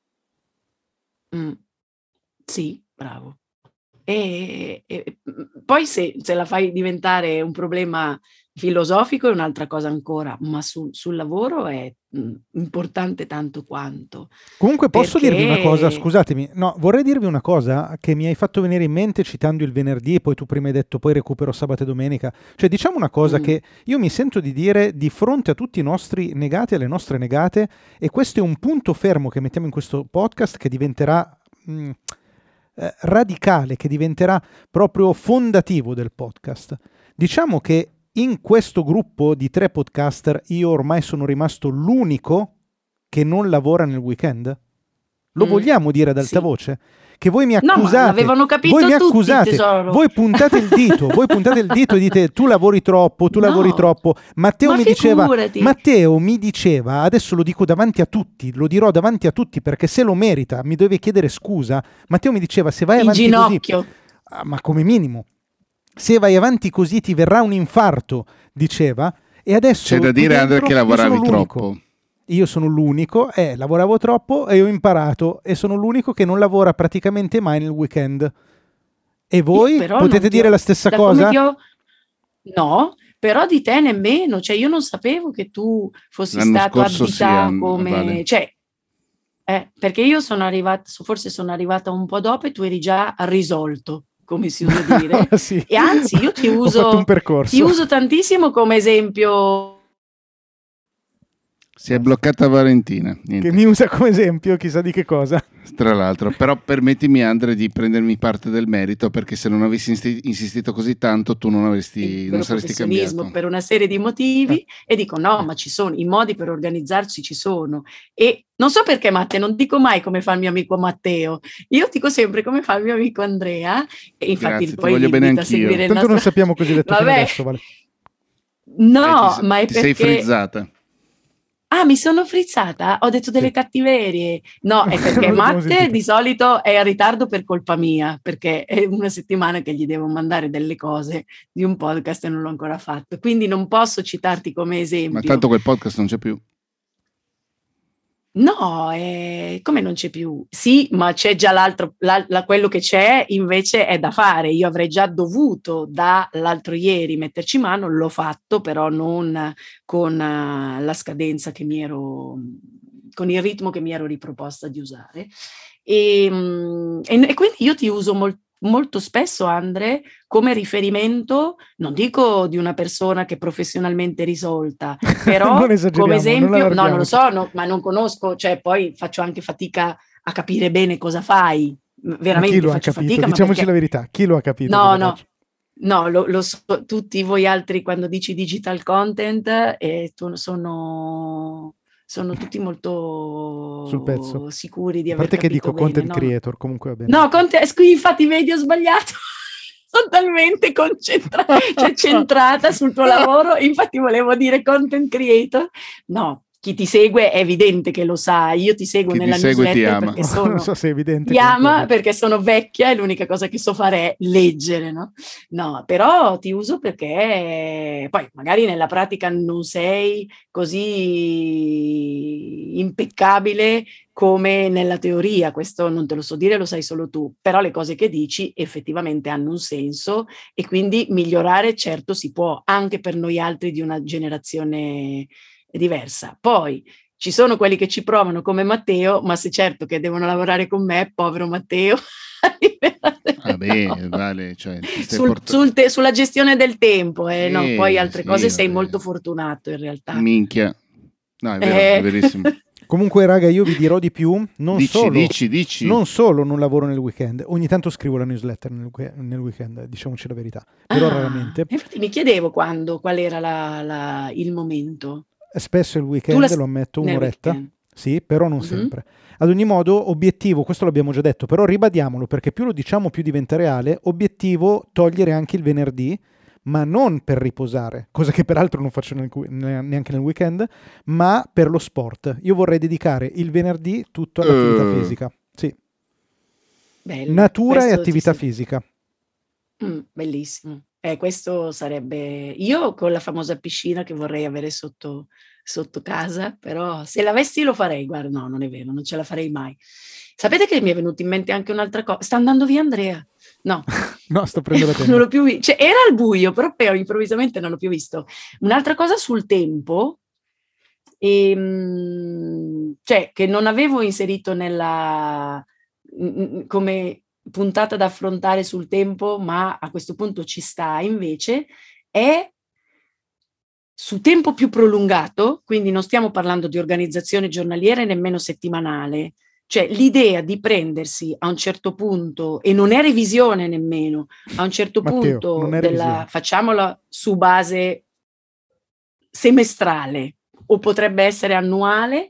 Mm. Sì, bravo. E, e poi se, se la fai diventare un problema filosofico è un'altra cosa ancora, ma su, sul lavoro è mh, importante tanto quanto. Comunque posso perché... dirvi una cosa, scusatemi, no, vorrei dirvi una cosa che mi hai fatto venire in mente citando il venerdì, e poi tu prima hai detto poi recupero sabato e domenica, cioè diciamo una cosa mm. che io mi sento di dire di fronte a tutti i nostri negati, alle nostre negate, e questo è un punto fermo che mettiamo in questo podcast che diventerà... Mh, Eh, radicale, che diventerà proprio fondativo del podcast. Diciamo che in questo gruppo di tre podcaster io ormai sono rimasto l'unico che non lavora nel weekend. Lo mm, vogliamo dire ad alta sì. voce? Che voi mi accusate, no, l'avevano capito voi mi tutti, accusate, tesoro. voi puntate il dito, voi puntate il dito e dite tu lavori troppo, tu no. lavori troppo. Matteo Ma mi figurati. diceva, Matteo mi diceva, adesso lo dico davanti a tutti, lo dirò davanti a tutti perché se lo merita, mi deve chiedere scusa. Matteo mi diceva se vai in avanti ginocchio. così, ah, ma come minimo, se vai avanti così ti verrà un infarto, diceva, e adesso c'è da dire Andrea che lavoravi troppo. Io sono l'unico, eh, lavoravo troppo e ho imparato, e sono l'unico che non lavora praticamente mai nel weekend. E voi potete dire ho, la stessa cosa? Ho, no, però di te nemmeno, cioè io non sapevo che tu fossi L'anno stato additato sì, come... Vale. Cioè, eh, perché io sono arrivata, forse sono arrivata un po' dopo e tu eri già risolto, come si usa dire. Sì. E anzi io ti uso, ho fatto un percorso. ti uso tantissimo come esempio... Si è bloccata Valentina. Niente. Che mi usa come esempio, chissà di che cosa. Tra l'altro, però permettimi Andre di prendermi parte del merito, perché se non avessi insti- insistito così tanto tu non avresti non saresti cambiato. Per una serie di motivi, eh. e dico no, ma ci sono, i modi per organizzarci ci sono. E non so perché Matte, non dico mai come fa il mio amico Matteo, io dico sempre come fa il mio amico Andrea, e infatti Grazie, poi voglio bene anch'io. Tanto il nostro... non sappiamo così detto fino adesso, vale. No, eh, ti, ma è ti perché... sei frizzata. Ah, mi sono frizzata? Ho detto delle sì. cattiverie. No, è perché Matte di solito è in ritardo per colpa mia, perché è una settimana che gli devo mandare delle cose di un podcast e non l'ho ancora fatto. Quindi non posso citarti come esempio. Ma tanto quel podcast non c'è più. No, eh, come non c'è più? Sì, ma c'è già l'altro, la, la, quello che c'è invece è da fare. Io avrei già dovuto dall'altro ieri metterci mano, l'ho fatto, però non con uh, la scadenza che mi ero, con il ritmo che mi ero riproposta di usare. E, um, e, e quindi io ti uso molto. molto spesso, Andre, come riferimento, non dico di una persona che è professionalmente risolta, però come esempio, non no, non lo so, no, ma non conosco, cioè poi faccio anche fatica a capire bene cosa fai, veramente chi lo ha faccio capito? fatica. Diciamoci perché... la verità, chi lo ha capito? No, no. No, lo, lo so, tutti voi altri quando dici digital content eh, sono, sono tutti molto sul pezzo, sicuri di a aver parte che capito dico bene. content No, creator, comunque va bene. No, content, infatti vedi ho sbagliato, sono talmente concentrata, cioè centrata sul tuo lavoro, infatti volevo dire content creator. No, chi ti segue è evidente che lo sa, io ti seguo chi nella ti segue ti newsletter ama. perché sono... Non so se è evidente. Ti ama comunque. perché sono vecchia e l'unica cosa che so fare è leggere, no? No, però ti uso perché poi magari nella pratica non sei così impeccabile come nella teoria, questo non te lo so dire, lo sai solo tu, però le cose che dici effettivamente hanno un senso e quindi migliorare certo si può, anche per noi altri di una generazione diversa. Poi ci sono quelli che ci provano come Matteo, ma se certo che devono lavorare con me, povero Matteo. Vabbè, no. vale, cioè, sul, port- sul te, sulla gestione del tempo, eh, eh, no, poi altre sì, cose sei vabbè. molto fortunato in realtà. Minchia. No, è vero, Eh. è verissimo. Comunque, raga, io vi dirò di più. Non dici, solo, dici, dici. non solo non lavoro nel weekend, ogni tanto scrivo la newsletter nel, nel weekend, diciamoci la verità, però ah, raramente. Infatti mi chiedevo quando, qual era la, la, il momento. Spesso il weekend, la... lo ammetto, un'oretta. Sì, però non uh-huh. sempre. Ad ogni modo, obiettivo, questo l'abbiamo già detto, però ribadiamolo perché più lo diciamo più diventa reale, obiettivo togliere anche il venerdì, ma non per riposare, cosa che peraltro non faccio nel, neanche nel weekend, ma per lo sport. Io vorrei dedicare il venerdì tutto all'attività uh. fisica. Sì. Bello. Natura Questo e attività si... fisica. Mm, bellissimo. Eh, questo sarebbe... Io con la famosa piscina che vorrei avere sotto, sotto casa, però se l'avessi lo farei. Guarda, no, non è vero, non ce la farei mai. Sapete che mi è venuta in mente anche un'altra cosa? Sta andando via Andrea? No. No, sto prendendo la tenda. Non l'ho più visto. Cioè, era al buio, però poi improvvisamente non l'ho più visto. Un'altra cosa sul tempo, ehm, cioè che non avevo inserito nella... come puntata da affrontare sul tempo, ma a questo punto ci sta invece, è su tempo più prolungato, quindi non stiamo parlando di organizzazione giornaliera e nemmeno settimanale, cioè l'idea di prendersi a un certo punto, e non è revisione nemmeno, a un certo Matteo, punto della, facciamola su base semestrale o potrebbe essere annuale,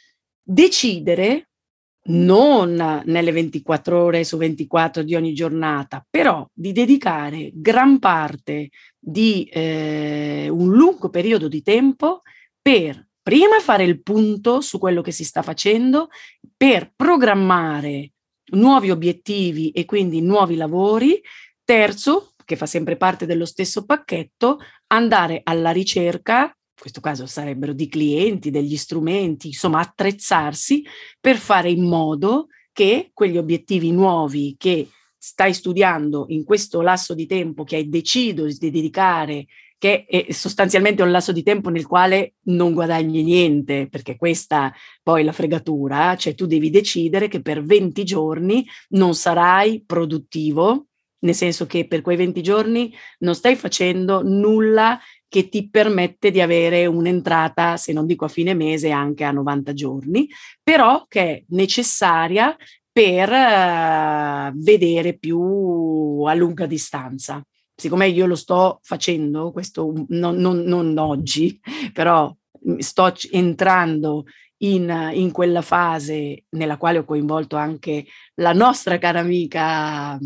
decidere non nelle ventiquattro ore su ventiquattro di ogni giornata, però di dedicare gran parte di eh, un lungo periodo di tempo per prima fare il punto su quello che si sta facendo, per programmare nuovi obiettivi e quindi nuovi lavori. Terzo, che fa sempre parte dello stesso pacchetto, andare alla ricerca, in questo caso sarebbero di clienti, degli strumenti, insomma attrezzarsi per fare in modo che quegli obiettivi nuovi che stai studiando in questo lasso di tempo che hai deciso di dedicare, che è sostanzialmente un lasso di tempo nel quale non guadagni niente, perché questa poi la fregatura, cioè tu devi decidere che per venti giorni non sarai produttivo, nel senso che per quei venti giorni non stai facendo nulla che ti permette di avere un'entrata, se non dico a fine mese, anche a novanta giorni, però che è necessaria per uh, vedere più a lunga distanza. Siccome io lo sto facendo, questo non, non, non oggi, però sto entrando in, in quella fase nella quale ho coinvolto anche la nostra cara amica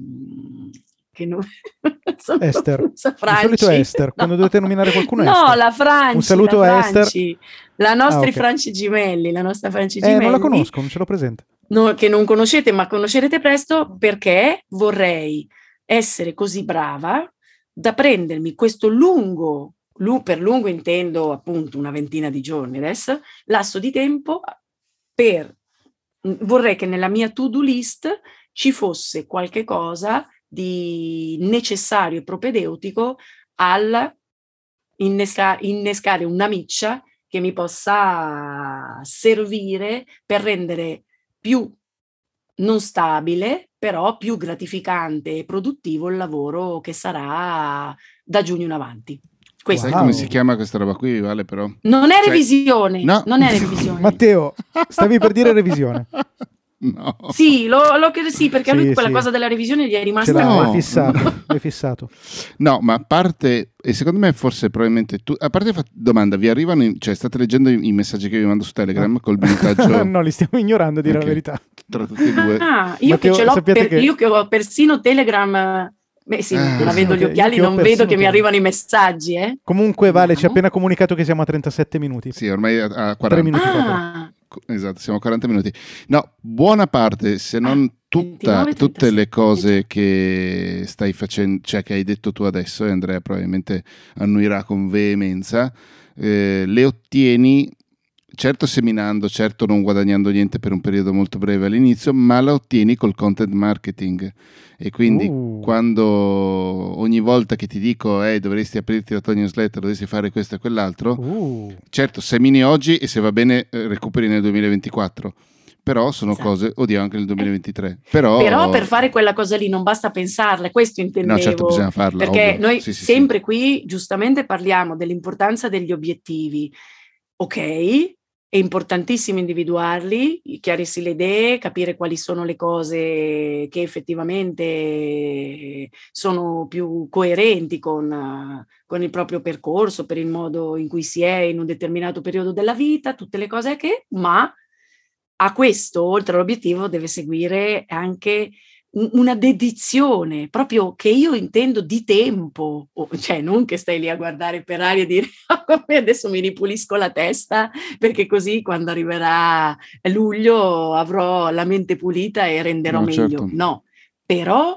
che non... Esther, di solito è Esther, no. Quando dovete nominare qualcuno è no, Esther. la Franci, un saluto la a Esther, Franci, la nostra ah, okay. Franci Gimelli, la nostra Franci eh, Gimelli. non la conosco, non ce l'ho presente. No, che non conoscete, ma conoscerete presto, perché vorrei essere così brava da prendermi questo lungo, per lungo intendo appunto una ventina di giorni adesso, lasso di tempo per, vorrei che nella mia to-do list ci fosse qualche cosa di necessario e propedeutico al innesca, innescare una miccia che mi possa servire per rendere più non stabile, però più gratificante e produttivo il lavoro che sarà da giugno in avanti. Questo. Sai come si chiama questa roba qui, Vale, però? Non è cioè, revisione, no. non è revisione. Matteo, stavi per dire revisione. No. Sì, lo, lo credo sì, perché a lui Sì, quella sì. cosa della revisione gli è Ce rimasta l'ha, qua. è fissato, è fissato. No, ma a parte, e secondo me forse probabilmente tu, a parte fa- domanda, vi arrivano, in- cioè state leggendo i, i messaggi che vi mando su Telegram Ah. col minutaggio? No, li stiamo ignorando, a dire Ok. la verità. Tra tutti e due. Ah, io Matteo, che ce l'ho, sappiate per, che- io che ho persino Telegram, beh sì, Ah. non Persino avendo gli te- io occhiali che ho non vedo persino che mi Telegram. arrivano i messaggi, eh. Comunque Vale ci ha Vediamo. appena comunicato che siamo a trentasette minuti. Sì, ormai a, a quaranta. Tre minuti fa. però. Ah, Co- Esatto, siamo a quaranta minuti. No, buona parte, se non tutta, ventinove, tutte le trentasette, cose che stai facendo, cioè che hai detto tu adesso, e Andrea probabilmente annuirà con veemenza, eh, le ottieni, certo seminando, certo non guadagnando niente per un periodo molto breve all'inizio, ma la ottieni col content marketing. E quindi Uh. quando ogni volta che ti dico eh, dovresti aprirti la tua newsletter, dovresti fare questo e quell'altro, Uh. certo, semini oggi e se va bene eh, recuperi nel duemilaventiquattro, però sono Esatto. cose, oddio anche nel duemilaventitré, però, Però per fare quella cosa lì non basta pensarle, questo intendevo. no, certo bisogna farla, Perché ovvio. noi Sì, sì, sempre qui giustamente parliamo dell'importanza degli obiettivi. Ok, è importantissimo individuarli, chiarirsi le idee, capire quali sono le cose che effettivamente sono più coerenti con, con il proprio percorso, per il modo in cui si è in un determinato periodo della vita, tutte le cose che, ma a questo, oltre all'obiettivo, deve seguire anche un- una dedizione, proprio che io intendo di tempo, o- cioè non che stai lì a guardare per aria e dire "Ah, come adesso mi ripulisco la testa perché così quando arriverà luglio avrò la mente pulita e renderò No, meglio". certo. No, però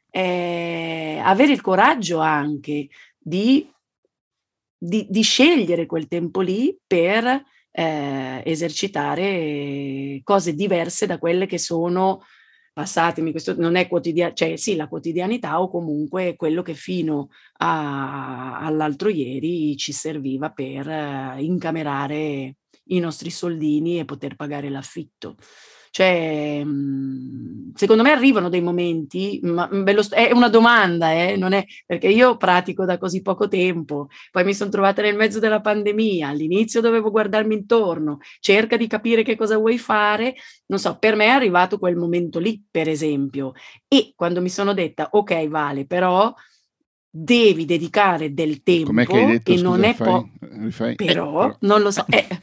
eh, avere il coraggio anche di, di, di scegliere quel tempo lì per eh, esercitare cose diverse da quelle che sono, passatemi, questo non è quotidiano, cioè sì, la quotidianità o comunque quello che fino a, all'altro ieri ci serviva per eh, incamerare i nostri soldini e poter pagare l'affitto. Cioè, mh, secondo me arrivano dei momenti, ma ve lo st- è una domanda, eh, non è, perché io pratico da così poco tempo, poi mi sono trovata nel mezzo della pandemia, all'inizio dovevo guardarmi intorno, cerca di capire che cosa vuoi fare, non so, per me è arrivato quel momento lì, per esempio, e quando mi sono detta, ok Vale, però devi dedicare del Com'è che hai tempo detto, e non scusa, è fai, po', rifai? Eh, però, però. non lo so, eh,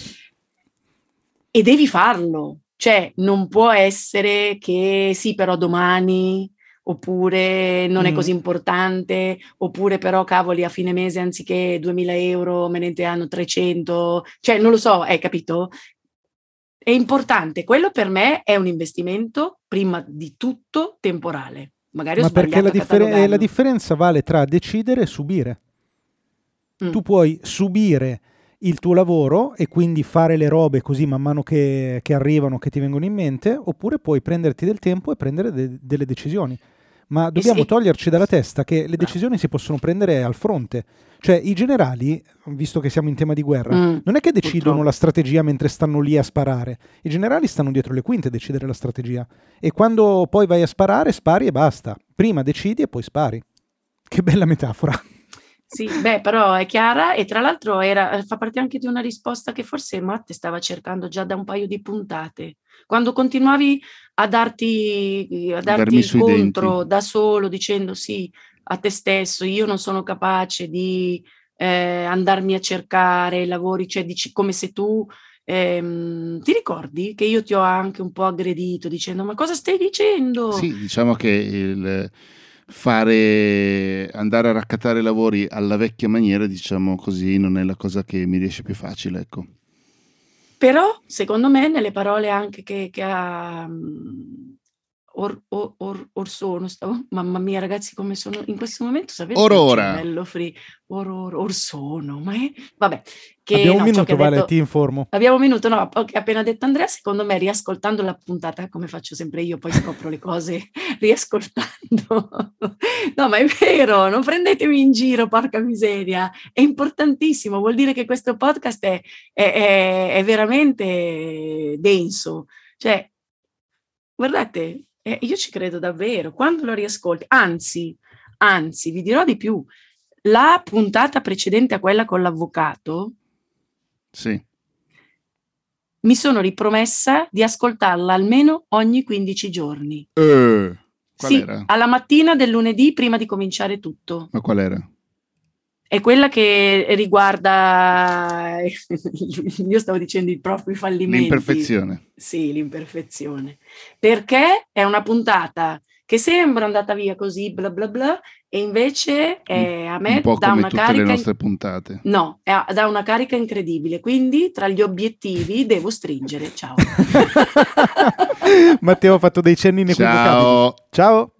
e devi farlo, cioè non può essere che sì, però domani, oppure non è così Mm. importante, oppure però cavoli a fine mese anziché duemila euro me ne entreranno trecento, cioè non lo so, hai capito? È importante, quello per me è un investimento prima di tutto temporale, magari ho Ma perché la, sbagliato a differ- eh, la catalogarlo. differenza vale tra decidere e subire. Mm. Tu puoi subire il tuo lavoro e quindi fare le robe così man mano che, che arrivano, che ti vengono in mente, oppure puoi prenderti del tempo e prendere de- delle decisioni. Ma dobbiamo se- toglierci dalla testa che le Bravo. decisioni si possono prendere al fronte. Cioè i generali, visto che siamo in tema di guerra, Mm, non è che decidono purtroppo. la strategia mentre stanno lì a sparare. I generali stanno dietro le quinte a decidere la strategia. E quando poi vai a sparare, spari e basta. Prima decidi e poi spari. Che bella metafora. Sì, beh, però è chiara e tra l'altro era, fa parte anche di una risposta che forse Matte stava cercando già da un paio di puntate. Quando continuavi a darti, a Darmi darti sui contro denti. da solo, dicendo sì a te stesso, io non sono capace di eh, andarmi a cercare lavori, cioè dici come se tu ehm, ti ricordi che io ti ho anche un po' aggredito dicendo ma cosa stai dicendo? Sì, diciamo che il fare, andare a raccattare lavori alla vecchia maniera, diciamo così, non è la cosa che mi riesce più facile, ecco. Però, secondo me, nelle parole anche che, che ha um, Or, Or, Or, Orsono, stavo, mamma mia ragazzi come sono in questo momento, sapete che ho il Orora. cervello free, Or, Or, Orsono, ma è, vabbè, che Abbiamo no, un ciò che minuto, ha Vale, detto, ti informo. abbiamo un minuto, no, che ha appena detto Andrea, secondo me riascoltando la puntata, come faccio sempre io, poi scopro le cose riascoltando, no ma è vero, non prendetemi in giro, porca miseria, è importantissimo, vuol dire che questo podcast è, è, è, è veramente denso, cioè, guardate, eh, io ci credo davvero, quando lo riascolti, anzi, anzi, vi dirò di più, la puntata precedente a quella con l'avvocato, Sì. mi sono ripromessa di ascoltarla almeno ogni quindici giorni. Eh, qual sì, era? alla mattina del lunedì prima di cominciare tutto. Ma qual era? È quella che riguarda, io stavo dicendo i propri fallimenti. L'imperfezione. Sì, l'imperfezione. Perché è una puntata che sembra andata via così, bla bla bla, e invece è, a me un po' dà come una tutte carica... le nostre puntate. No, è, dà una carica incredibile, quindi tra gli obiettivi devo stringere. Ciao. Matteo ha fatto dei cenni inequivocabili. Ciao. Ciao.